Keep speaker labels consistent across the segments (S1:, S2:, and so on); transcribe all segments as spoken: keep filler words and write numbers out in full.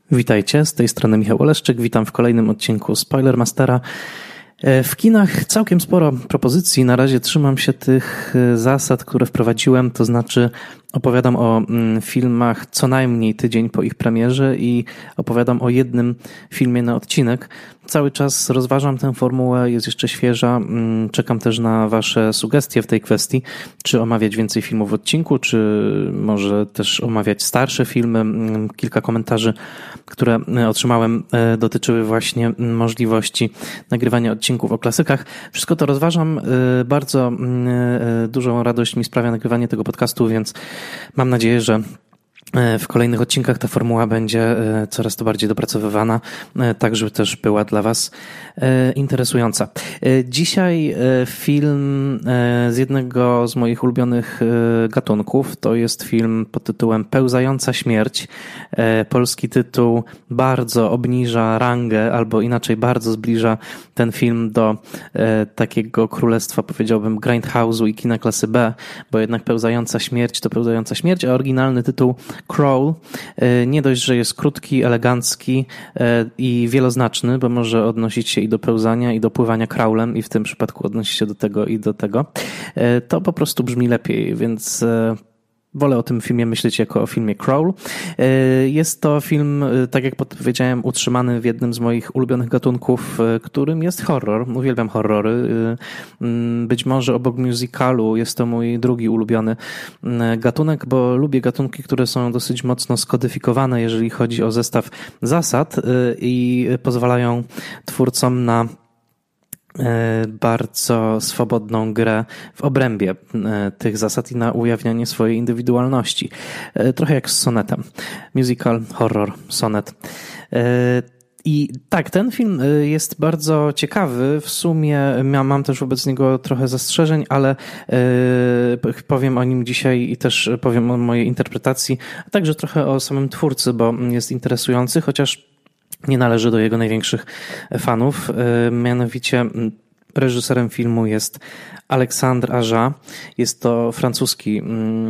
S1: Witajcie, z tej strony Michał Oleszczyk, witam w kolejnym odcinku Spoilermastera. W kinach całkiem sporo propozycji, na razie trzymam się tych zasad, które wprowadziłem, to znaczy opowiadam o filmach co najmniej tydzień po ich premierze i opowiadam o jednym filmie na odcinek. Cały czas rozważam tę formułę, jest jeszcze świeża, czekam też na wasze sugestie w tej kwestii, czy omawiać więcej filmów w odcinku, czy może też omawiać starsze filmy. Kilka komentarzy, które otrzymałem, dotyczyły właśnie możliwości nagrywania odcinków o klasykach. Wszystko to rozważam, bardzo dużą radość mi sprawia nagrywanie tego podcastu, więc mam nadzieję, że w kolejnych odcinkach ta formuła będzie coraz to bardziej dopracowywana, tak żeby też była dla was interesująca. Dzisiaj film z jednego z moich ulubionych gatunków. To jest film pod tytułem Pełzająca śmierć. Polski tytuł bardzo obniża rangę, albo inaczej bardzo zbliża ten film do takiego królestwa, powiedziałbym, Grindhouse'u i kina klasy B, bo jednak Pełzająca śmierć to Pełzająca śmierć, a oryginalny tytuł Crawl nie dość, że jest krótki, elegancki i wieloznaczny, bo może odnosić się i do pełzania, i do pływania crawlem, i w tym przypadku odnosi się do tego i do tego, to po prostu brzmi lepiej, więc wolę o tym filmie myśleć jako o filmie Crawl. Jest to film, tak jak powiedziałem, utrzymany w jednym z moich ulubionych gatunków, którym jest horror. Uwielbiam horrory. Być może obok musicalu jest to mój drugi ulubiony gatunek, bo lubię gatunki, które są dosyć mocno skodyfikowane, jeżeli chodzi o zestaw zasad i pozwalają twórcom na bardzo swobodną grę w obrębie tych zasad i na ujawnianie swojej indywidualności. Trochę jak z sonetem. Musical, horror, sonet. I tak, ten film jest bardzo ciekawy. W sumie mam też wobec niego trochę zastrzeżeń, ale powiem o nim dzisiaj i też powiem o mojej interpretacji, a także trochę o samym twórcy, bo jest interesujący, chociaż nie należy do jego największych fanów. Mianowicie reżyserem filmu jest Alexandre Aja. Jest to francuski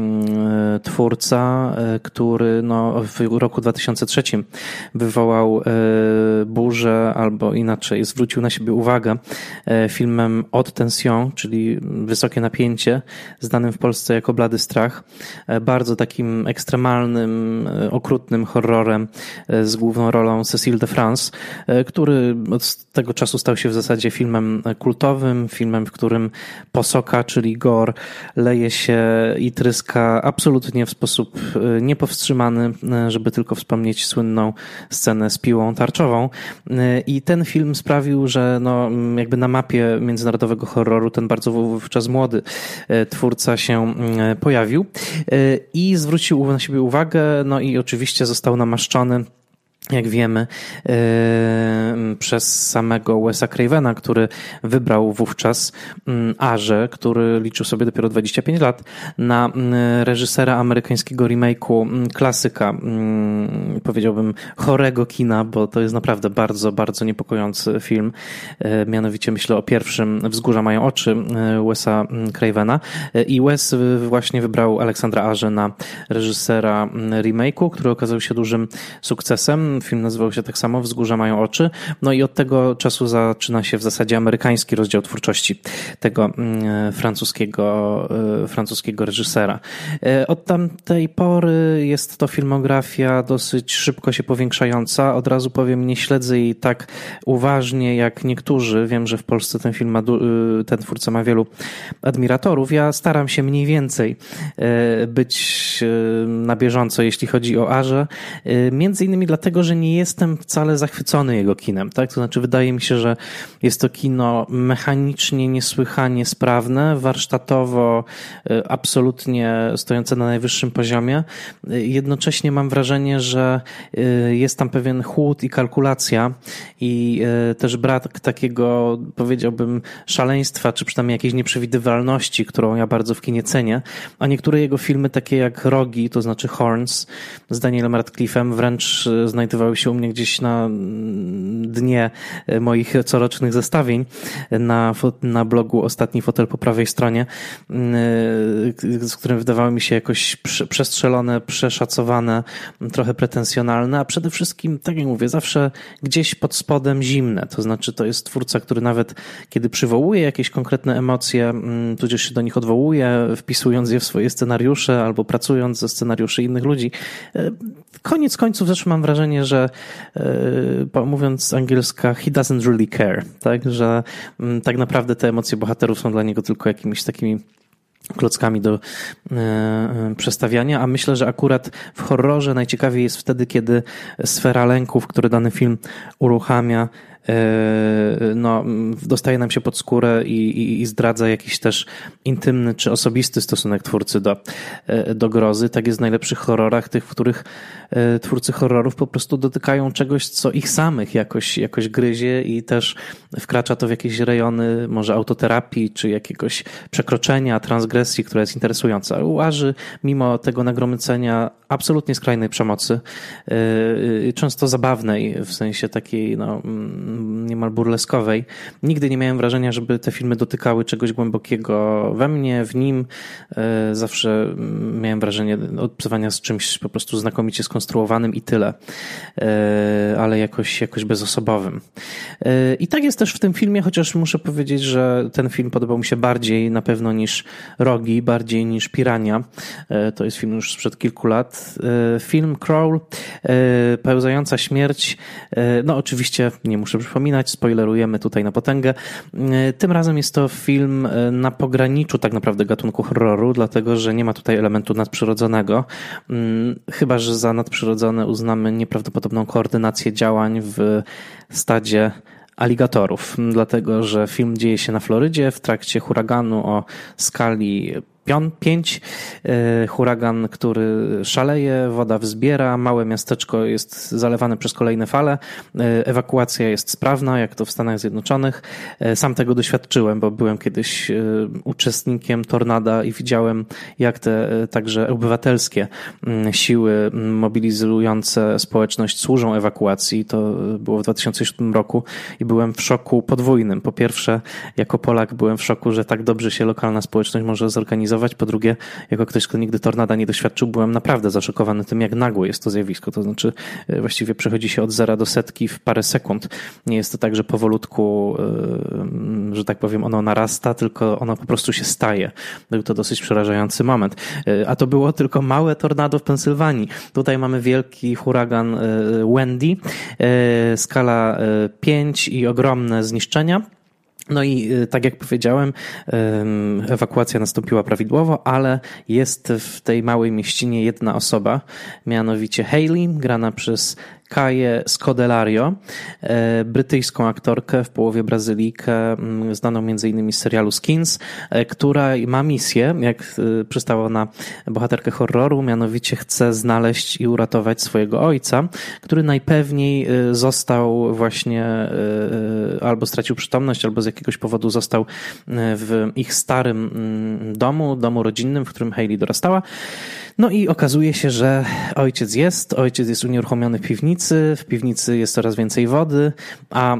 S1: twórca, który no w roku dwa tysiące trzecim wywołał burzę, albo inaczej zwrócił na siebie uwagę filmem Haute Tension, czyli Wysokie Napięcie, znanym w Polsce jako Blady Strach. Bardzo takim ekstremalnym, okrutnym horrorem z główną rolą Cécile de France, który od tego czasu stał się w zasadzie filmem kultowym, filmem, w którym posoka, czyli gore, leje się i tryska absolutnie w sposób niepowstrzymany, żeby tylko wspomnieć słynną scenę z piłą tarczową. I ten film sprawił, że no, jakby na mapie międzynarodowego horroru ten bardzo wówczas młody twórca się pojawił i zwrócił na siebie uwagę, no i oczywiście został namaszczony, jak wiemy, przez samego Wesa Cravena, który wybrał wówczas Ażę, który liczył sobie dopiero dwadzieścia pięć lat, na reżysera amerykańskiego remake'u klasyka, powiedziałbym chorego kina, bo to jest naprawdę bardzo, bardzo niepokojący film. Mianowicie myślę o pierwszym Wzgórza mają oczy Wesa Cravena i Wes właśnie wybrał Aleksandra Ażę na reżysera remake'u, który okazał się dużym sukcesem. Film nazywał się tak samo, Wzgórza mają oczy. No i od tego czasu zaczyna się w zasadzie amerykański rozdział twórczości tego francuskiego, francuskiego reżysera. Od tamtej pory jest to filmografia dosyć szybko się powiększająca. Od razu powiem, nie śledzę jej tak uważnie jak niektórzy. Wiem, że w Polsce ten film ma, ten twórca ma wielu admiratorów. Ja staram się mniej więcej być na bieżąco, jeśli chodzi o Ażę. Między innymi dlatego, że nie jestem wcale zachwycony jego kinem, tak? To znaczy wydaje mi się, że jest to kino mechanicznie niesłychanie sprawne, warsztatowo absolutnie stojące na najwyższym poziomie. Jednocześnie mam wrażenie, że jest tam pewien chłód i kalkulacja i też brak takiego, powiedziałbym, szaleństwa, czy przynajmniej jakiejś nieprzewidywalności, którą ja bardzo w kinie cenię, a niektóre jego filmy, takie jak Rogi, to znaczy Horns z Danielem Radcliffe'em, wręcz znajdują znajdowały się u mnie gdzieś na dnie moich corocznych zestawień na, na blogu Ostatni Fotel po prawej stronie, z którym wydawały mi się jakoś przestrzelone, przeszacowane, trochę pretensjonalne, a przede wszystkim, tak jak mówię, zawsze gdzieś pod spodem zimne. To znaczy to jest twórca, który nawet kiedy przywołuje jakieś konkretne emocje, tudzież się do nich odwołuje, wpisując je w swoje scenariusze albo pracując ze scenariuszy innych ludzi, koniec końców zawsze mam wrażenie, że mówiąc z angielska, he doesn't really care, tak, że tak naprawdę te emocje bohaterów są dla niego tylko jakimiś takimi klockami do e, przestawiania, a myślę, że akurat w horrorze najciekawiej jest wtedy, kiedy sfera lęków, które dany film uruchamia, no, dostaje nam się pod skórę i, i, i zdradza jakiś też intymny czy osobisty stosunek twórcy do, do grozy. Tak jest w najlepszych horrorach, tych, w których twórcy horrorów po prostu dotykają czegoś, co ich samych jakoś, jakoś gryzie i też wkracza to w jakieś rejony może autoterapii, czy jakiegoś przekroczenia, transgresji, która jest interesująca. Łaży mimo tego nagromadzenia absolutnie skrajnej przemocy, często zabawnej, w sensie takiej no, niemal burleskowej. Nigdy nie miałem wrażenia, żeby te filmy dotykały czegoś głębokiego we mnie, w nim. Zawsze miałem wrażenie obcowania z czymś po prostu znakomicie skonstruowanym i tyle, ale jakoś, jakoś bezosobowym. I tak jest też w tym filmie, chociaż muszę powiedzieć, że ten film podobał mi się bardziej na pewno niż Rogi, bardziej niż Pirania. To jest film już sprzed kilku lat. Film Crawl, Pełzająca śmierć. No oczywiście nie muszę przypominać, spoilerujemy tutaj na potęgę. Tym razem jest to film na pograniczu tak naprawdę gatunku horroru, dlatego że nie ma tutaj elementu nadprzyrodzonego. Chyba że za nadprzyrodzone uznamy nieprawdopodobną koordynację działań w stadzie aligatorów, dlatego że film dzieje się na Florydzie w trakcie huraganu o skali pięć. Huragan, który szaleje, woda wzbiera, małe miasteczko jest zalewane przez kolejne fale, ewakuacja jest sprawna, jak to w Stanach Zjednoczonych. Sam tego doświadczyłem, bo byłem kiedyś uczestnikiem tornada i widziałem, jak te także obywatelskie siły mobilizujące społeczność służą ewakuacji. To było w dwa tysiące siódmym roku i byłem w szoku podwójnym. Po pierwsze, jako Polak byłem w szoku, że tak dobrze się lokalna społeczność może zorganizować. Po drugie, jako ktoś, kto nigdy tornada nie doświadczył, byłem naprawdę zaszokowany tym, jak nagłe jest to zjawisko. To znaczy właściwie przechodzi się od zera do setki w parę sekund. Nie jest to tak, że powolutku, że tak powiem, ono narasta, tylko ono po prostu się staje. Był to dosyć przerażający moment. A to było tylko małe tornado w Pensylwanii. Tutaj mamy wielki huragan Wendy, skala pięć i ogromne zniszczenia. No i tak jak powiedziałem, ewakuacja nastąpiła prawidłowo, ale jest w tej małej mieścinie jedna osoba, mianowicie Hayley, grana przez Kaję Scodelario, brytyjską aktorkę, w połowie Brazylijkę, znaną między innymi z serialu Skins, która ma misję, jak przystało na bohaterkę horroru, mianowicie chce znaleźć i uratować swojego ojca, który najpewniej został właśnie albo stracił przytomność, albo z jakiegoś powodu został w ich starym domu, domu rodzinnym, w którym Hayley dorastała. No i okazuje się, że ojciec jest, ojciec jest unieruchomiony w piwnicy, w piwnicy jest coraz więcej wody, a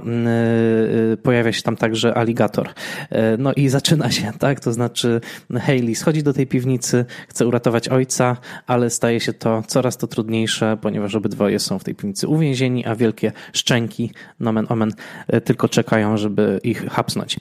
S1: y, pojawia się tam także aligator. No i zaczyna się, tak, to znaczy Hayley schodzi do tej piwnicy, chce uratować ojca, ale staje się to coraz to trudniejsze, ponieważ obydwoje są w tej piwnicy uwięzieni, a wielkie szczęki, nomen omen, tylko czekają, żeby ich hapsnąć.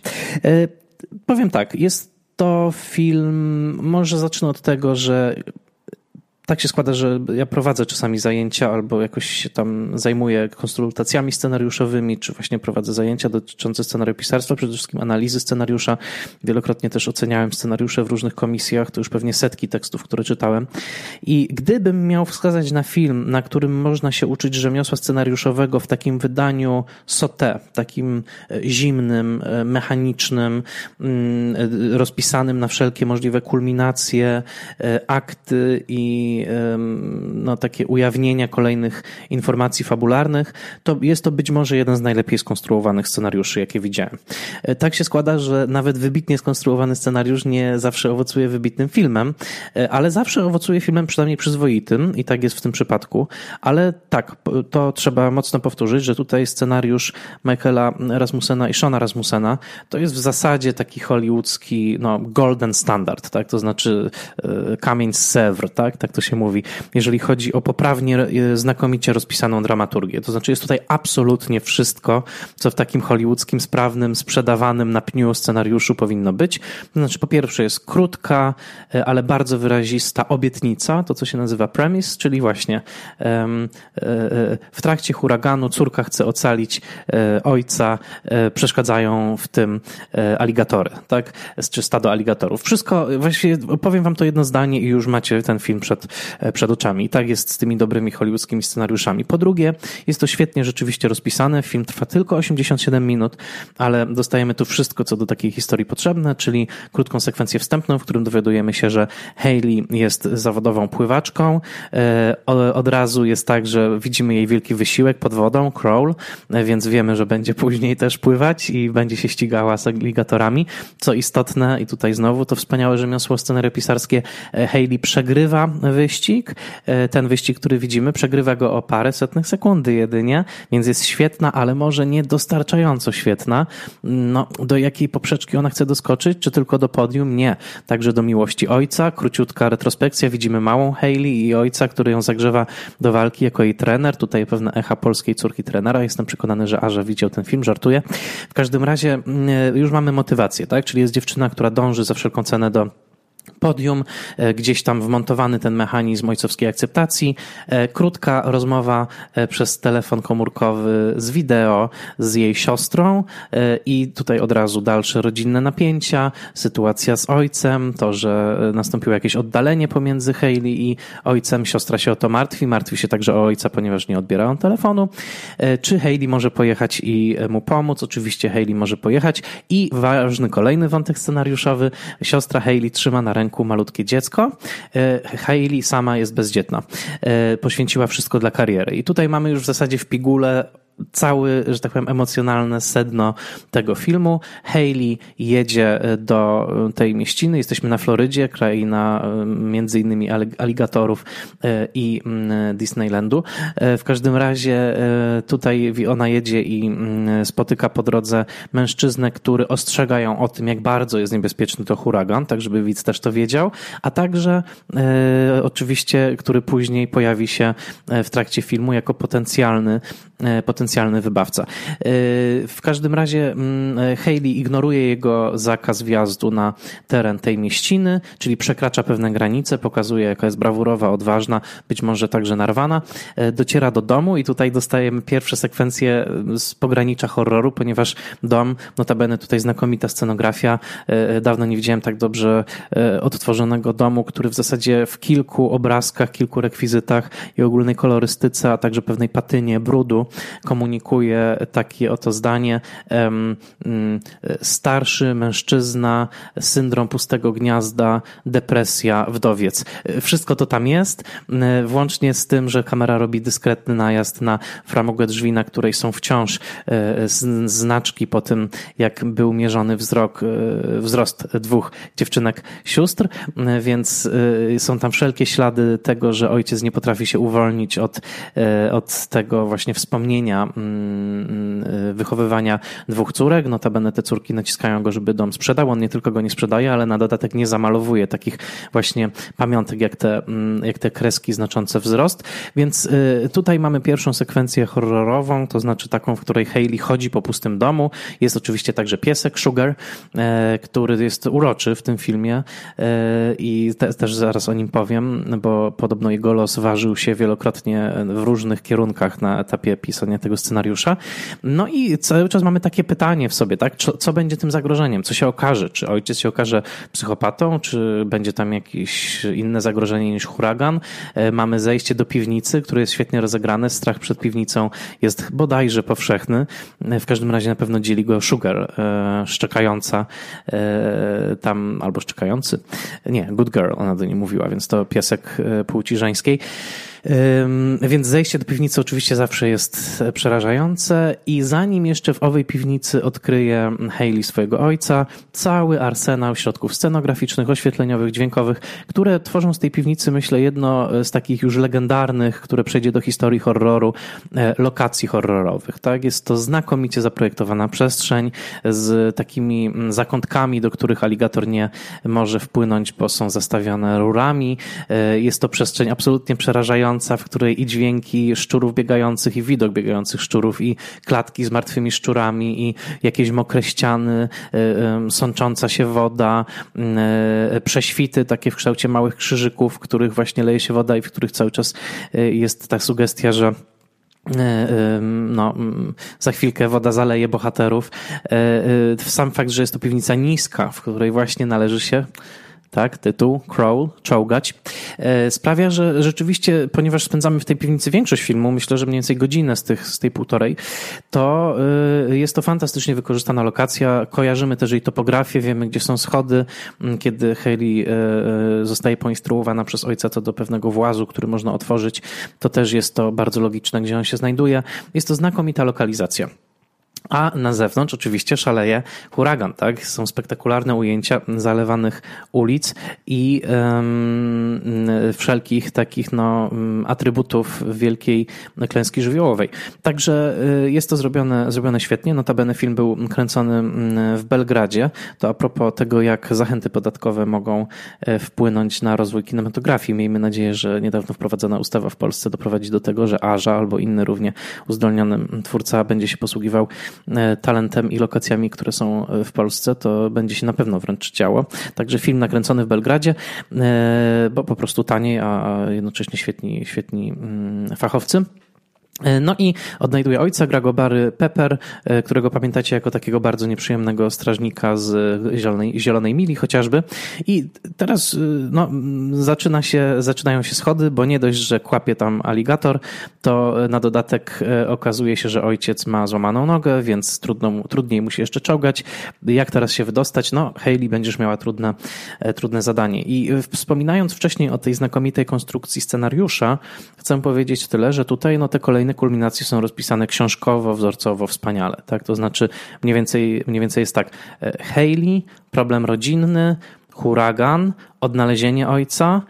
S1: Powiem tak, jest to film, może zacznę od tego, że tak się składa, że ja prowadzę czasami zajęcia albo jakoś się tam zajmuję konsultacjami scenariuszowymi, czy właśnie prowadzę zajęcia dotyczące scenariopisarstwa, przede wszystkim analizy scenariusza. Wielokrotnie też oceniałem scenariusze w różnych komisjach, to już pewnie setki tekstów, które czytałem. I gdybym miał wskazać na film, na którym można się uczyć rzemiosła scenariuszowego w takim wydaniu sauté, takim zimnym, mechanicznym, rozpisanym na wszelkie możliwe kulminacje, akty i i no, takie ujawnienia kolejnych informacji fabularnych, to jest to być może jeden z najlepiej skonstruowanych scenariuszy, jakie widziałem. Tak się składa, że nawet wybitnie skonstruowany scenariusz nie zawsze owocuje wybitnym filmem, ale zawsze owocuje filmem przynajmniej przyzwoitym i tak jest w tym przypadku, ale tak, to trzeba mocno powtórzyć, że tutaj scenariusz Michaela Rasmussena i Shona Rasmussena to jest w zasadzie taki hollywoodzki no, golden standard, tak? To znaczy kamień z Sèvres, tak? Tak to się mówi, jeżeli chodzi o poprawnie, znakomicie rozpisaną dramaturgię. To znaczy jest tutaj absolutnie wszystko, co w takim hollywoodzkim, sprawnym, sprzedawanym na pniu scenariuszu powinno być. To znaczy po pierwsze jest krótka, ale bardzo wyrazista obietnica, to co się nazywa premise, czyli właśnie w trakcie huraganu córka chce ocalić ojca, przeszkadzają w tym aligatory, tak? Czy stado aligatorów. Wszystko, właściwie powiem wam to jedno zdanie i już macie ten film przed, przed oczami. I tak jest z tymi dobrymi hollywoodzkimi scenariuszami. Po drugie, jest to świetnie rzeczywiście rozpisane. Film trwa tylko osiemdziesiąt siedem minut, ale dostajemy tu wszystko, co do takiej historii potrzebne, czyli krótką sekwencję wstępną, w którym dowiadujemy się, że Hayley jest zawodową pływaczką. Od razu jest tak, że widzimy jej wielki wysiłek pod wodą, crawl, więc wiemy, że będzie później też pływać i będzie się ścigała z aligatorami. Co istotne, i tutaj znowu to wspaniałe rzemiosło scenariopisarskie, Hayley przegrywa wyścig. Ten wyścig, który widzimy, przegrywa go o parę setnych sekundy jedynie, więc jest świetna, ale może nie dostarczająco świetna. No, do jakiej poprzeczki ona chce doskoczyć? Czy tylko do podium? Nie. Także do miłości ojca. Króciutka retrospekcja. Widzimy małą Hayley i ojca, który ją zagrzewa do walki jako jej trener. Tutaj pewne echa polskiej córki trenera. Jestem przekonany, że Aża widział ten film, żartuję. W każdym razie już mamy motywację, tak? Czyli jest dziewczyna, która dąży za wszelką cenę do podium, gdzieś tam wmontowany ten mechanizm ojcowskiej akceptacji, krótka rozmowa przez telefon komórkowy z wideo z jej siostrą i tutaj od razu dalsze rodzinne napięcia, sytuacja z ojcem, to, że nastąpiło jakieś oddalenie pomiędzy Hayley i ojcem, siostra się o to martwi, martwi się także o ojca, ponieważ nie odbiera on telefonu. Czy Hayley może pojechać i mu pomóc? Oczywiście Hayley może pojechać i ważny kolejny wątek scenariuszowy, siostra Hayley trzyma na ręku malutkie dziecko. Hayley sama jest bezdzietna. Poświęciła wszystko dla kariery. I tutaj mamy już w zasadzie w pigułę cały, że tak powiem, emocjonalne sedno tego filmu. Hayley jedzie do tej mieściny. Jesteśmy na Florydzie, kraina między innymi aligatorów i Disneylandu. W każdym razie tutaj ona jedzie i spotyka po drodze mężczyznę, który ostrzega ją o tym, jak bardzo jest niebezpieczny to huragan, tak żeby widz też to wiedział, a także e, oczywiście, który później pojawi się w trakcie filmu jako potencjalny potencjalny wybawca. W każdym razie Hayley ignoruje jego zakaz wjazdu na teren tej mieściny, czyli przekracza pewne granice, pokazuje, jaka jest brawurowa, odważna, być może także narwana. Dociera do domu i tutaj dostajemy pierwsze sekwencje z pogranicza horroru, ponieważ dom, notabene tutaj znakomita scenografia. Dawno nie widziałem tak dobrze odtworzonego domu, który w zasadzie w kilku obrazkach, kilku rekwizytach i ogólnej kolorystyce, a także pewnej patynie, brudu komunikuje takie oto zdanie: starszy mężczyzna, syndrom pustego gniazda, depresja, wdowiec. Wszystko to tam jest, włącznie z tym, że kamera robi dyskretny najazd na framugę drzwi, na której są wciąż znaczki po tym, jak był mierzony wzrok, wzrost dwóch dziewczynek sióstr, więc są tam wszelkie ślady tego, że ojciec nie potrafi się uwolnić od, od tego właśnie wspomnienia wychowywania dwóch córek. Notabene te córki naciskają go, żeby dom sprzedał. On nie tylko go nie sprzedaje, ale na dodatek nie zamalowuje takich właśnie pamiątek jak te, jak te kreski znaczące wzrost. Więc tutaj mamy pierwszą sekwencję horrorową, to znaczy taką, w której Hayley chodzi po pustym domu. Jest oczywiście także piesek Sugar, który jest uroczy w tym filmie i te, też zaraz o nim powiem, bo podobno jego los ważył się wielokrotnie w różnych kierunkach na etapie pisania tego tego scenariusza. No i cały czas mamy takie pytanie w sobie, tak? Co, co będzie tym zagrożeniem? Co się okaże? Czy ojciec się okaże psychopatą? Czy będzie tam jakieś inne zagrożenie niż huragan? Mamy zejście do piwnicy, które jest świetnie rozegrane. Strach przed piwnicą jest bodajże powszechny. W każdym razie na pewno dzieli go Sugar, szczekająca tam, albo szczekający. Nie, Good Girl, ona do niej mówiła, więc to piesek płci żeńskiej. Więc zejście do piwnicy oczywiście zawsze jest przerażające i zanim jeszcze w owej piwnicy odkryje Hayley swojego ojca, cały arsenał środków scenograficznych, oświetleniowych, dźwiękowych, które tworzą z tej piwnicy, myślę, jedno z takich już legendarnych, które przejdzie do historii horroru, lokacji horrorowych. Tak? Jest to znakomicie zaprojektowana przestrzeń z takimi zakątkami, do których aligator nie może wpłynąć, bo są zastawione rurami. Jest to przestrzeń absolutnie przerażająca, w której i dźwięki szczurów biegających, i widok biegających szczurów, i klatki z martwymi szczurami, i jakieś mokre ściany, sącząca się woda, prześwity takie w kształcie małych krzyżyków, w których właśnie leje się woda i w których cały czas jest ta sugestia, że no, za chwilkę woda zaleje bohaterów. Sam fakt, że jest to piwnica niska, w której właśnie należy się, tak, tytuł, crawl, czołgać, sprawia, że rzeczywiście, ponieważ spędzamy w tej piwnicy większość filmu, myślę, że mniej więcej godzinę z, tych, z tej półtorej, to jest to fantastycznie wykorzystana lokacja. Kojarzymy też jej topografię, wiemy, gdzie są schody. Kiedy Hayley zostaje poinstruowana przez ojca to do pewnego włazu, który można otworzyć, to też jest to bardzo logiczne, gdzie on się znajduje. Jest to znakomita lokalizacja. A na zewnątrz oczywiście szaleje huragan, tak? Są spektakularne ujęcia zalewanych ulic i um, wszelkich takich no, atrybutów wielkiej klęski żywiołowej. Także jest to zrobione, zrobione świetnie. Notabene film był kręcony w Belgradzie. To a propos tego, jak zachęty podatkowe mogą wpłynąć na rozwój kinematografii. Miejmy nadzieję, że niedawno wprowadzona ustawa w Polsce doprowadzi do tego, że Aża albo inny równie uzdolniony twórca będzie się posługiwał talentem i lokacjami, które są w Polsce, to będzie się na pewno wręcz działo. Także film nakręcony w Belgradzie, bo po prostu taniej, a jednocześnie świetni, świetni fachowcy. No i odnajduje ojca, gra go Barry Pepper, którego pamiętacie jako takiego bardzo nieprzyjemnego strażnika z Zielonej, Zielonej Mili chociażby. I teraz no, zaczyna się, zaczynają się schody, bo nie dość, że kłapie tam aligator, to na dodatek okazuje się, że ojciec ma złamaną nogę, więc trudno, trudniej musi jeszcze czołgać. Jak teraz się wydostać? No, Hayley, będziesz miała trudne, trudne zadanie. I wspominając wcześniej o tej znakomitej konstrukcji scenariusza, chcę powiedzieć tyle, że tutaj no, te kolejne kulminacje są rozpisane książkowo, wzorcowo, wspaniale. Tak? To znaczy mniej więcej, mniej więcej jest tak. Hayley, problem rodzinny, huragan, odnalezienie ojca,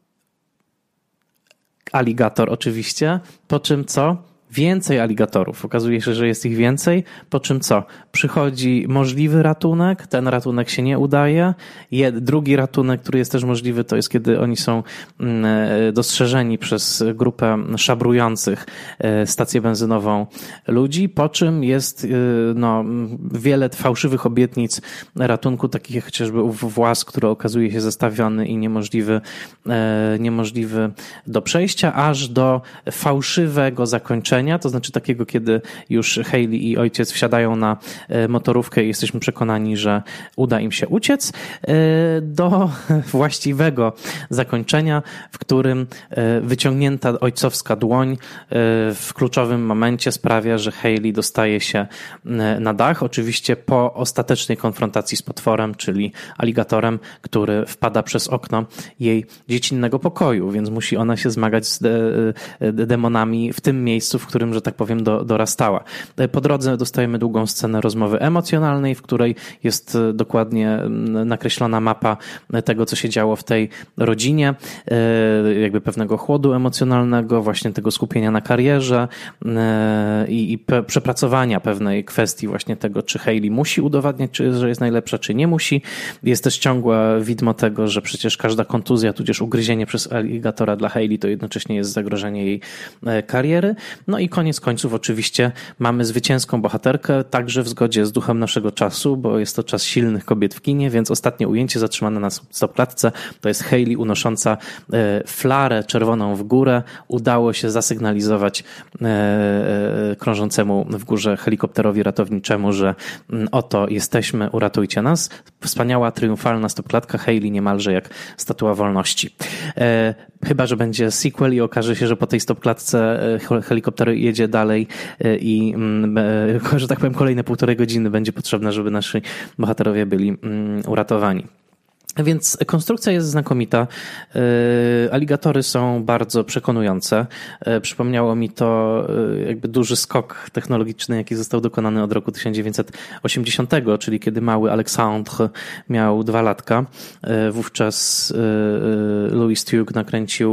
S1: aligator oczywiście, po czym co? Więcej aligatorów. Okazuje się, że jest ich więcej, po czym co? Przychodzi możliwy ratunek, ten ratunek się nie udaje. Drugi ratunek, który jest też możliwy, to jest kiedy oni są dostrzeżeni przez grupę szabrujących stację benzynową ludzi, po czym jest no, wiele fałszywych obietnic ratunku, takich jak chociażby właz, który okazuje się zestawiony i niemożliwy, niemożliwy do przejścia, aż do fałszywego zakończenia, to znaczy takiego, kiedy już Hayley i ojciec wsiadają na motorówkę i jesteśmy przekonani, że uda im się uciec, do właściwego zakończenia, w którym wyciągnięta ojcowska dłoń w kluczowym momencie sprawia, że Hayley dostaje się na dach, oczywiście po ostatecznej konfrontacji z potworem, czyli aligatorem, który wpada przez okno jej dziecinnego pokoju, więc musi ona się zmagać z demonami w tym miejscu, w którym, że tak powiem, do, dorastała. Po drodze dostajemy długą scenę rozmowy emocjonalnej, w której jest dokładnie nakreślona mapa tego, co się działo w tej rodzinie, jakby pewnego chłodu emocjonalnego, właśnie tego skupienia na karierze i, i przepracowania pewnej kwestii właśnie tego, czy Hayley musi udowadniać, czy, że jest najlepsza, czy nie musi. Jest też ciągłe widmo tego, że przecież każda kontuzja, tudzież ugryzienie przez aligatora dla Hayley to jednocześnie jest zagrożenie jej kariery. No i koniec końców oczywiście mamy zwycięską bohaterkę, także w zgodzie z duchem naszego czasu, bo jest to czas silnych kobiet w kinie, więc ostatnie ujęcie zatrzymane na stopklatce to jest Hayley unosząca flarę czerwoną w górę. Udało się zasygnalizować krążącemu w górze helikopterowi ratowniczemu, że oto jesteśmy, uratujcie nas. Wspaniała, triumfalna stopklatka, Hayley niemalże jak statua wolności. Chyba że będzie sequel i okaże się, że po tej stopklatce helikopter jedzie dalej i, że tak powiem, kolejne półtorej godziny będzie potrzebne, żeby nasi bohaterowie byli uratowani. Więc konstrukcja jest znakomita. Aligatory są bardzo przekonujące. Przypomniało mi to jakby duży skok technologiczny, jaki został dokonany od roku tysiąc dziewięćset osiemdziesiątego, czyli kiedy mały Alexandre miał dwa latka. Wówczas Louis Tuke nakręcił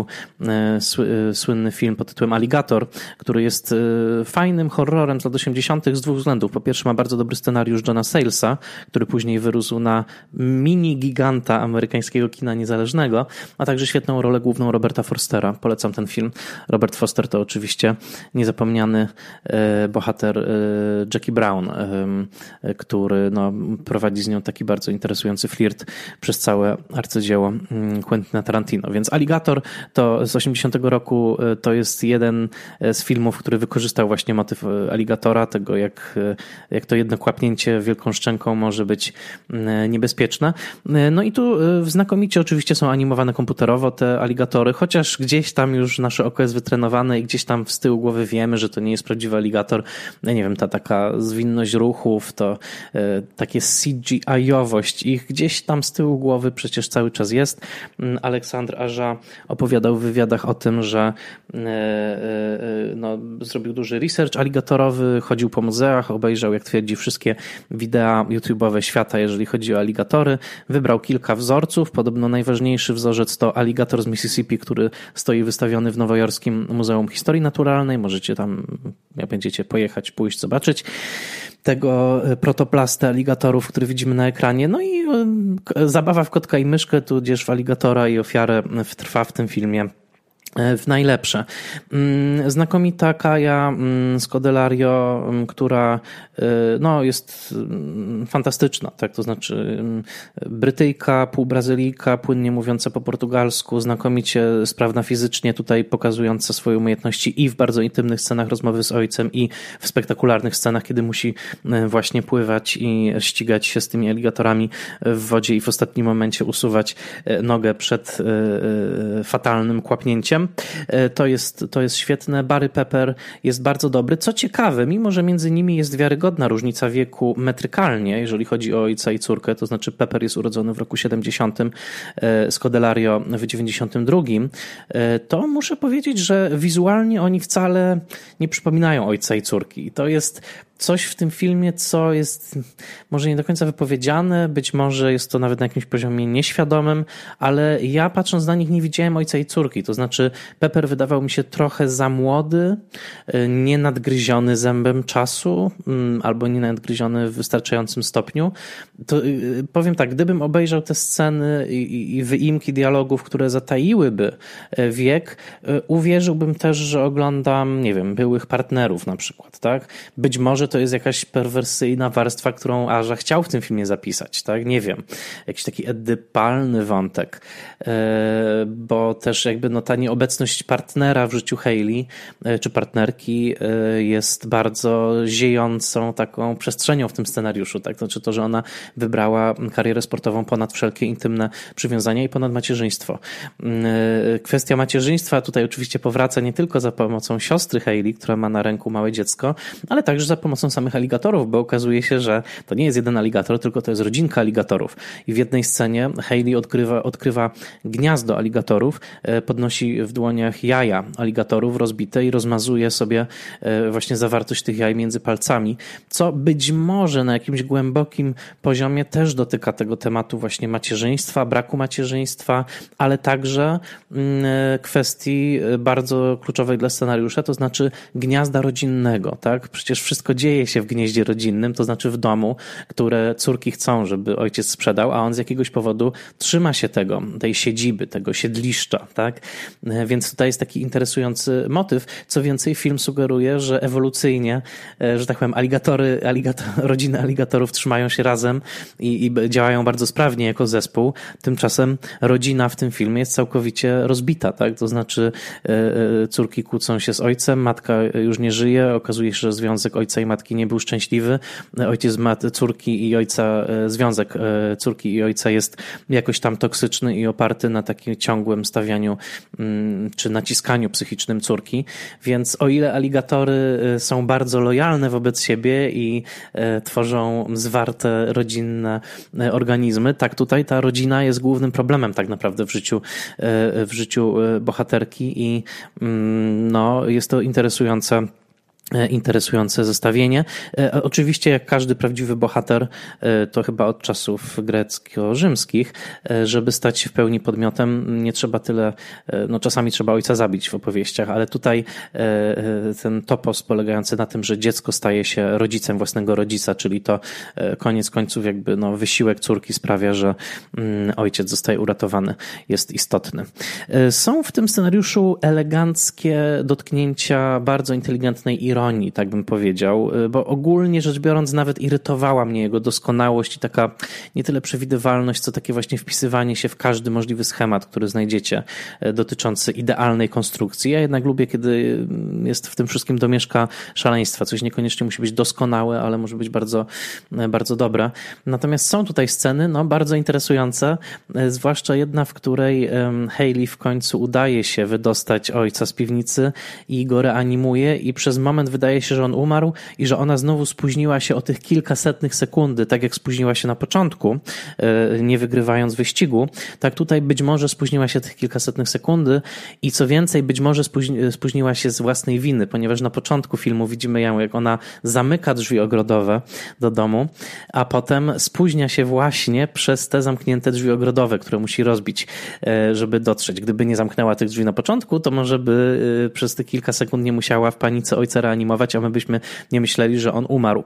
S1: słynny film pod tytułem Alligator, który jest fajnym horrorem z lat osiemdziesiątych z dwóch względów. Po pierwsze ma bardzo dobry scenariusz Johna Salesa, który później wyrósł na mini giganta amerykańskiego kina niezależnego, a także świetną rolę główną Roberta Forstera. Polecam ten film. Robert Foster to oczywiście niezapomniany bohater Jackie Brown, który no, prowadzi z nią taki bardzo interesujący flirt przez całe arcydzieło Quentina Tarantino. Więc Alligator to z osiemdziesiątego roku to jest jeden z filmów, który wykorzystał właśnie motyw aligatora, tego jak, jak to jedno kłapnięcie wielką szczęką może być niebezpieczne. No i tu znakomicie oczywiście są animowane komputerowo te aligatory, chociaż gdzieś tam już nasze oko jest wytrenowane i gdzieś tam z tyłu głowy wiemy, że to nie jest prawdziwy aligator. Ja nie wiem, ta taka zwinność ruchów, to e, takie C G I-owość ich gdzieś tam z tyłu głowy przecież cały czas jest. Aleksandr Aja opowiadał w wywiadach o tym, że e, e, no, zrobił duży research aligatorowy, chodził po muzeach, obejrzał, jak twierdzi, wszystkie wideo YouTube'owe świata, jeżeli chodzi o aligatory. Wybrał kilka wzorców. Podobno najważniejszy wzorzec to aligator z Mississippi, który stoi wystawiony w Nowojorskim Muzeum Historii Naturalnej. Możecie tam, jak będziecie pojechać, pójść, zobaczyć tego protoplastę aligatorów, który widzimy na ekranie. No i zabawa w kotka i myszkę, tudzież w aligatora i ofiarę trwa w tym filmie w najlepsze. Znakomita Kaja Scodelario, która no, jest fantastyczna, tak, to znaczy Brytyjka, półbrazylijka, płynnie mówiąca po portugalsku, znakomicie sprawna fizycznie, tutaj pokazująca swoje umiejętności i w bardzo intymnych scenach rozmowy z ojcem i w spektakularnych scenach, kiedy musi właśnie pływać i ścigać się z tymi aligatorami w wodzie i w ostatnim momencie usuwać nogę przed fatalnym kłapnięciem. To jest, to jest świetne. Barry Pepper jest bardzo dobry. Co ciekawe, mimo że między nimi jest wiarygodna różnica wieku metrykalnie, jeżeli chodzi o ojca i córkę, to znaczy Pepper jest urodzony w roku siedemdziesiątym, Scodelario w dziewięćdziesiątym drugim, to muszę powiedzieć, że wizualnie oni wcale nie przypominają ojca i córki. I to jest coś w tym filmie, co jest może nie do końca wypowiedziane, być może jest to nawet na jakimś poziomie nieświadomym, ale ja patrząc na nich nie widziałem ojca i córki, to znaczy Pepper wydawał mi się trochę za młody, nie nadgryziony zębem czasu, albo nie nadgryziony w wystarczającym stopniu. To powiem tak, gdybym obejrzał te sceny i, i wyimki dialogów, które zataiłyby wiek, uwierzyłbym też, że oglądam, nie wiem, byłych partnerów na przykład, tak? Być może to jest jakaś perwersyjna warstwa, którą Aja chciał w tym filmie zapisać, tak? Nie wiem. Jakiś taki edypalny wątek. Bo też jakby no ta nieobecność partnera w życiu Hayley, czy partnerki jest bardzo ziejącą taką przestrzenią w tym scenariuszu, tak? Znaczy to, że ona wybrała karierę sportową ponad wszelkie intymne przywiązania i ponad macierzyństwo. Kwestia macierzyństwa tutaj oczywiście powraca nie tylko za pomocą siostry Hayley, która ma na ręku małe dziecko, ale także za pomocą samych aligatorów, bo okazuje się, że to nie jest jeden aligator, tylko to jest rodzinka aligatorów. I w jednej scenie Hayley odkrywa, odkrywa gniazdo aligatorów, podnosi w dłoniach jaja aligatorów rozbite i rozmazuje sobie właśnie zawartość tych jaj między palcami, co być może na jakimś głębokim poziomie też dotyka tego tematu właśnie macierzyństwa, braku macierzyństwa, ale także kwestii bardzo kluczowej dla scenariusza, to znaczy gniazda rodzinnego, tak? Przecież wszystko dzieje dzieje się w gnieździe rodzinnym, to znaczy w domu, które córki chcą, żeby ojciec sprzedał, a on z jakiegoś powodu trzyma się tego, tej siedziby, tego siedliszcza, tak? Więc tutaj jest taki interesujący motyw. Co więcej, film sugeruje, że ewolucyjnie, że tak powiem, aligatory, aligator, rodziny aligatorów trzymają się razem i, i działają bardzo sprawnie jako zespół. Tymczasem rodzina w tym filmie jest całkowicie rozbita, tak? To znaczy córki kłócą się z ojcem, matka już nie żyje, okazuje się, że związek ojca i matki nie był szczęśliwy. Ojciec mat, córki i ojca, związek córki i ojca jest jakoś tam toksyczny i oparty na takim ciągłym stawianiu czy naciskaniu psychicznym córki. Więc o ile aligatory są bardzo lojalne wobec siebie i tworzą zwarte, rodzinne organizmy, tak tutaj ta rodzina jest głównym problemem tak naprawdę w życiu, w życiu bohaterki i no, jest to interesujące interesujące zestawienie. Oczywiście jak każdy prawdziwy bohater, to chyba od czasów grecko-rzymskich, żeby stać się w pełni podmiotem, nie trzeba tyle, no czasami trzeba ojca zabić w opowieściach, ale tutaj ten topos polegający na tym, że dziecko staje się rodzicem własnego rodzica, czyli to koniec końców jakby no wysiłek córki sprawia, że ojciec zostaje uratowany, jest istotny. Są w tym scenariuszu eleganckie dotknięcia bardzo inteligentnej ironii, ironii, tak bym powiedział, bo ogólnie rzecz biorąc nawet irytowała mnie jego doskonałość i taka nie tyle przewidywalność, co takie właśnie wpisywanie się w każdy możliwy schemat, który znajdziecie dotyczący idealnej konstrukcji. Ja jednak lubię, kiedy jest w tym wszystkim domieszka szaleństwa. Coś niekoniecznie musi być doskonałe, ale może być bardzo, bardzo dobre. Natomiast są tutaj sceny, no, bardzo interesujące, zwłaszcza jedna, w której Hayley w końcu udaje się wydostać ojca z piwnicy i go reanimuje i przez moment wydaje się, że on umarł i że ona znowu spóźniła się o tych kilkasetnych sekundy, tak jak spóźniła się na początku, nie wygrywając wyścigu, tak tutaj być może spóźniła się tych kilkasetnych sekundy i co więcej, być może spóźni, spóźniła się z własnej winy, ponieważ na początku filmu widzimy ją, jak ona zamyka drzwi ogrodowe do domu, a potem spóźnia się właśnie przez te zamknięte drzwi ogrodowe, które musi rozbić, żeby dotrzeć. Gdyby nie zamknęła tych drzwi na początku, to może by przez te kilka sekund nie musiała w panice ojca reanimować, a my byśmy nie myśleli, że on umarł.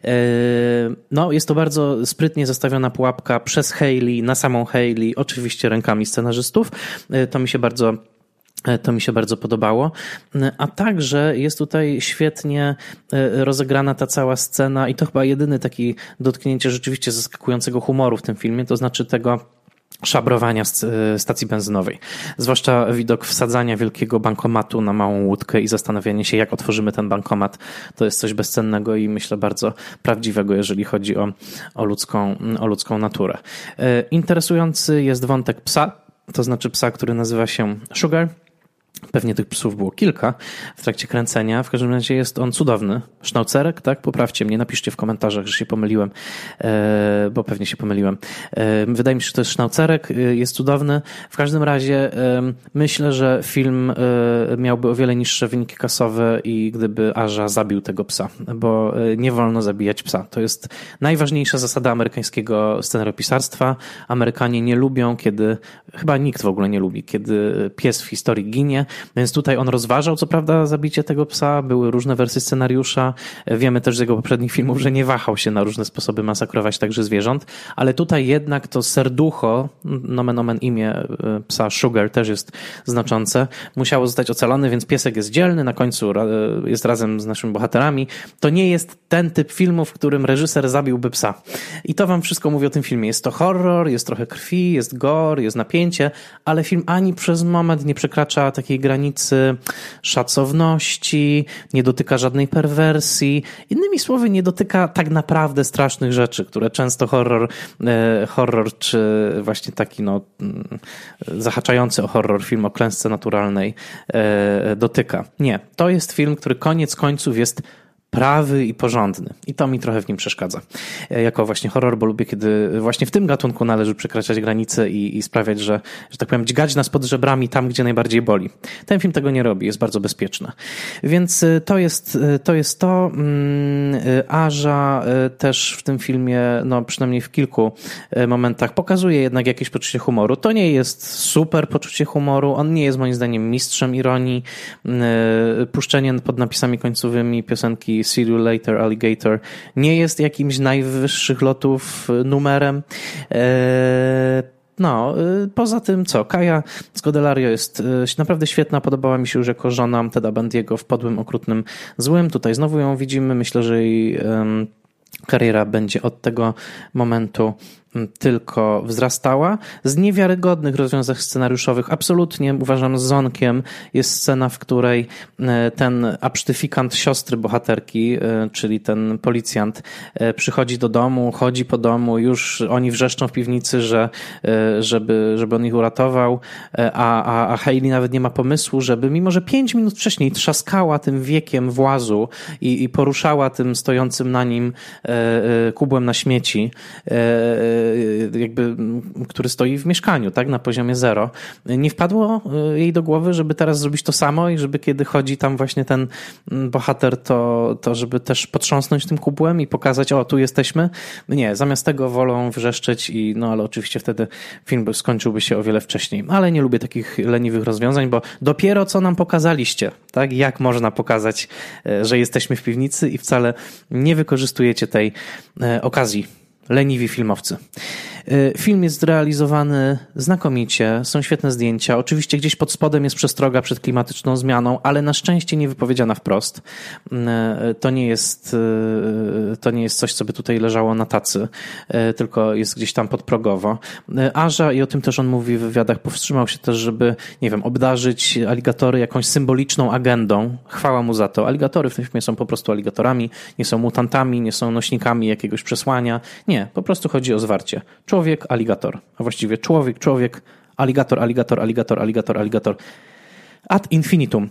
S1: No, jest to bardzo sprytnie zastawiona pułapka przez Hayley, na samą Hayley, oczywiście rękami scenarzystów. To mi się bardzo To mi się bardzo podobało, a także jest tutaj świetnie rozegrana ta cała scena i to chyba jedyny taki dotknięcie rzeczywiście zaskakującego humoru w tym filmie, to znaczy tego szabrowania stacji benzynowej. Zwłaszcza widok wsadzania wielkiego bankomatu na małą łódkę i zastanawianie się, jak otworzymy ten bankomat. To jest coś bezcennego i myślę bardzo prawdziwego, jeżeli chodzi o, o, ludzką, o ludzką naturę. Interesujący jest wątek psa, to znaczy psa, który nazywa się Sugar. Pewnie tych psów było kilka w trakcie kręcenia. W każdym razie jest on cudowny. Sznaucerek, tak? Poprawcie mnie, napiszcie w komentarzach, że się pomyliłem, bo pewnie się pomyliłem. Wydaje mi się, że to jest sznaucerek, jest cudowny. W każdym razie myślę, że film miałby o wiele niższe wyniki kasowe i gdyby Aja zabił tego psa, bo nie wolno zabijać psa. To jest najważniejsza zasada amerykańskiego scenariopisarstwa. Amerykanie nie lubią, kiedy, chyba nikt w ogóle nie lubi, kiedy pies w historii ginie. Więc tutaj on rozważał, co prawda, zabicie tego psa. Były różne wersje scenariusza. Wiemy też z jego poprzednich filmów, że nie wahał się na różne sposoby masakrować także zwierząt, ale tutaj jednak to serducho, nomen omen imię psa Sugar też jest znaczące, musiało zostać ocalone, więc piesek jest dzielny, na końcu jest razem z naszymi bohaterami. To nie jest ten typ filmu, w którym reżyser zabiłby psa. I to wam wszystko mówi o tym filmie. Jest to horror, jest trochę krwi, jest gore, jest napięcie, ale film ani przez moment nie przekracza takiej granicy szacowności, nie dotyka żadnej perwersji. Innymi słowy, nie dotyka tak naprawdę strasznych rzeczy, które często horror, horror czy właśnie taki no, zahaczający o horror film o klęsce naturalnej dotyka. Nie, to jest film, który koniec końców jest prawy i porządny. I to mi trochę w nim przeszkadza. Jako właśnie horror, bo lubię, kiedy właśnie w tym gatunku należy przekraczać granice i, i sprawiać, że, że tak powiem, dźgać nas pod żebrami tam, gdzie najbardziej boli. Ten film tego nie robi, jest bardzo bezpieczny. Więc to jest to. Jest to. Aja też w tym filmie, no przynajmniej w kilku momentach pokazuje jednak jakieś poczucie humoru. To nie jest super poczucie humoru, on nie jest moim zdaniem mistrzem ironii. Puszczenie pod napisami końcowymi piosenki See You Later Alligator nie jest jakimś najwyższych lotów numerem. No, poza tym co? Kaja Scodelario jest naprawdę świetna, podobała mi się już jako żona Teda Bundy'ego w Podłym, okrutnym, złym. Tutaj znowu ją widzimy, myślę, że jej um, kariera będzie od tego momentu tylko wzrastała. Z niewiarygodnych rozwiązań scenariuszowych absolutnie uważam z Zonkiem jest scena, w której ten absztyfikant siostry bohaterki, czyli ten policjant, przychodzi do domu, chodzi po domu, już oni wrzeszczą w piwnicy, że żeby, żeby on ich uratował, a, a, a Hayley nawet nie ma pomysłu, żeby mimo, że pięć minut wcześniej trzaskała tym wiekiem włazu i, i poruszała tym stojącym na nim kubłem na śmieci, jakby, który stoi w mieszkaniu, tak, na poziomie zero. Nie wpadło jej do głowy, żeby teraz zrobić to samo i żeby kiedy chodzi tam właśnie ten bohater, to, to żeby też potrząsnąć tym kubłem i pokazać, o, tu jesteśmy. Nie, zamiast tego wolą wrzeszczeć i, no ale oczywiście wtedy film skończyłby się o wiele wcześniej. Ale nie lubię takich leniwych rozwiązań, bo dopiero co nam pokazaliście, tak, jak można pokazać, że jesteśmy w piwnicy i wcale nie wykorzystujecie tej okazji. Leniwi filmowcy. Film jest zrealizowany znakomicie, są świetne zdjęcia. Oczywiście gdzieś pod spodem jest przestroga przed klimatyczną zmianą, ale na szczęście nie wypowiedziana wprost. To nie jest, to nie jest coś, co by tutaj leżało na tacy, tylko jest gdzieś tam podprogowo. Aja, i o tym też on mówi w wywiadach, powstrzymał się też, żeby, nie wiem, obdarzyć aligatory jakąś symboliczną agendą. Chwała mu za to. Aligatory w tym filmie są po prostu aligatorami, nie są mutantami, nie są nośnikami jakiegoś przesłania. Nie, po prostu chodzi o zwarcie. Człowiek, aligator. A właściwie człowiek, człowiek, aligator, aligator, aligator, aligator, aligator. Ad infinitum.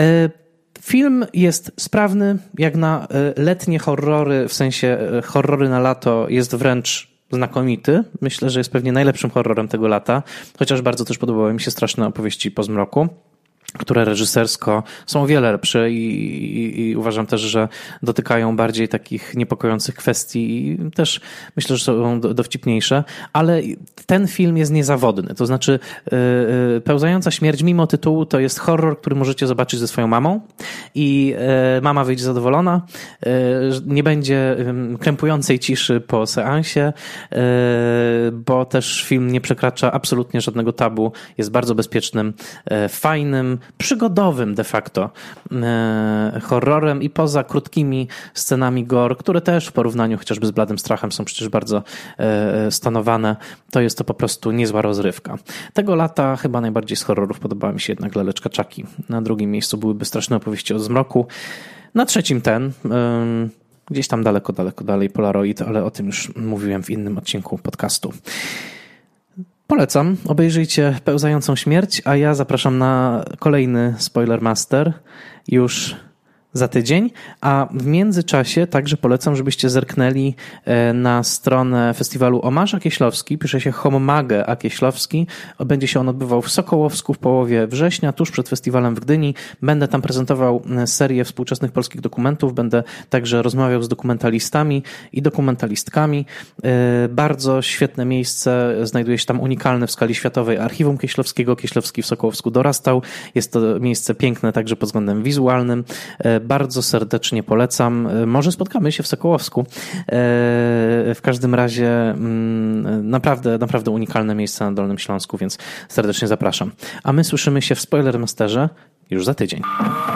S1: Film jest sprawny, jak na letnie horrory, w sensie horrory na lato jest wręcz znakomity. Myślę, że jest pewnie najlepszym horrorem tego lata, chociaż bardzo też podobały mi się Straszne opowieści po zmroku, które reżysersko są o wiele lepsze i, i, i uważam też, że dotykają bardziej takich niepokojących kwestii i też myślę, że są do, dowcipniejsze, ale ten film jest niezawodny, to znaczy yy, yy, Pełzająca śmierć mimo tytułu to jest horror, który możecie zobaczyć ze swoją mamą i yy, mama wyjdzie zadowolona, yy, nie będzie yy, krępującej ciszy po seansie, yy, bo też film nie przekracza absolutnie żadnego tabu, jest bardzo bezpiecznym, yy, fajnym, przygodowym de facto e, horrorem i poza krótkimi scenami gore, które też w porównaniu chociażby z Bladym Strachem są przecież bardzo e, stonowane, to jest to po prostu niezła rozrywka. Tego lata chyba najbardziej z horrorów podobała mi się jednak Laleczka Chucky. Na drugim miejscu byłyby Straszne opowieści o zmroku. Na trzecim ten, e, gdzieś tam daleko, daleko dalej Polaroid, ale o tym już mówiłem w innym odcinku podcastu. Polecam, obejrzyjcie Pełzającą śmierć, a ja zapraszam na kolejny Spoiler Master już za tydzień, a w międzyczasie także polecam, żebyście zerknęli na stronę festiwalu Omarz Akieślowski, pisze się Hommage Akieślowski, będzie się on odbywał w Sokołowsku w połowie września, tuż przed festiwalem w Gdyni. Będę tam prezentował serię współczesnych polskich dokumentów, będę także rozmawiał z dokumentalistami i dokumentalistkami. Bardzo świetne miejsce, znajduje się tam unikalne w skali światowej Archiwum Kieślowskiego. Kieślowski w Sokołowsku dorastał, jest to miejsce piękne także pod względem wizualnym. Bardzo serdecznie polecam. Może spotkamy się w Sokołowsku. W każdym razie naprawdę, naprawdę unikalne miejsce na Dolnym Śląsku, więc serdecznie zapraszam. A my słyszymy się w Spoilermasterze już za tydzień.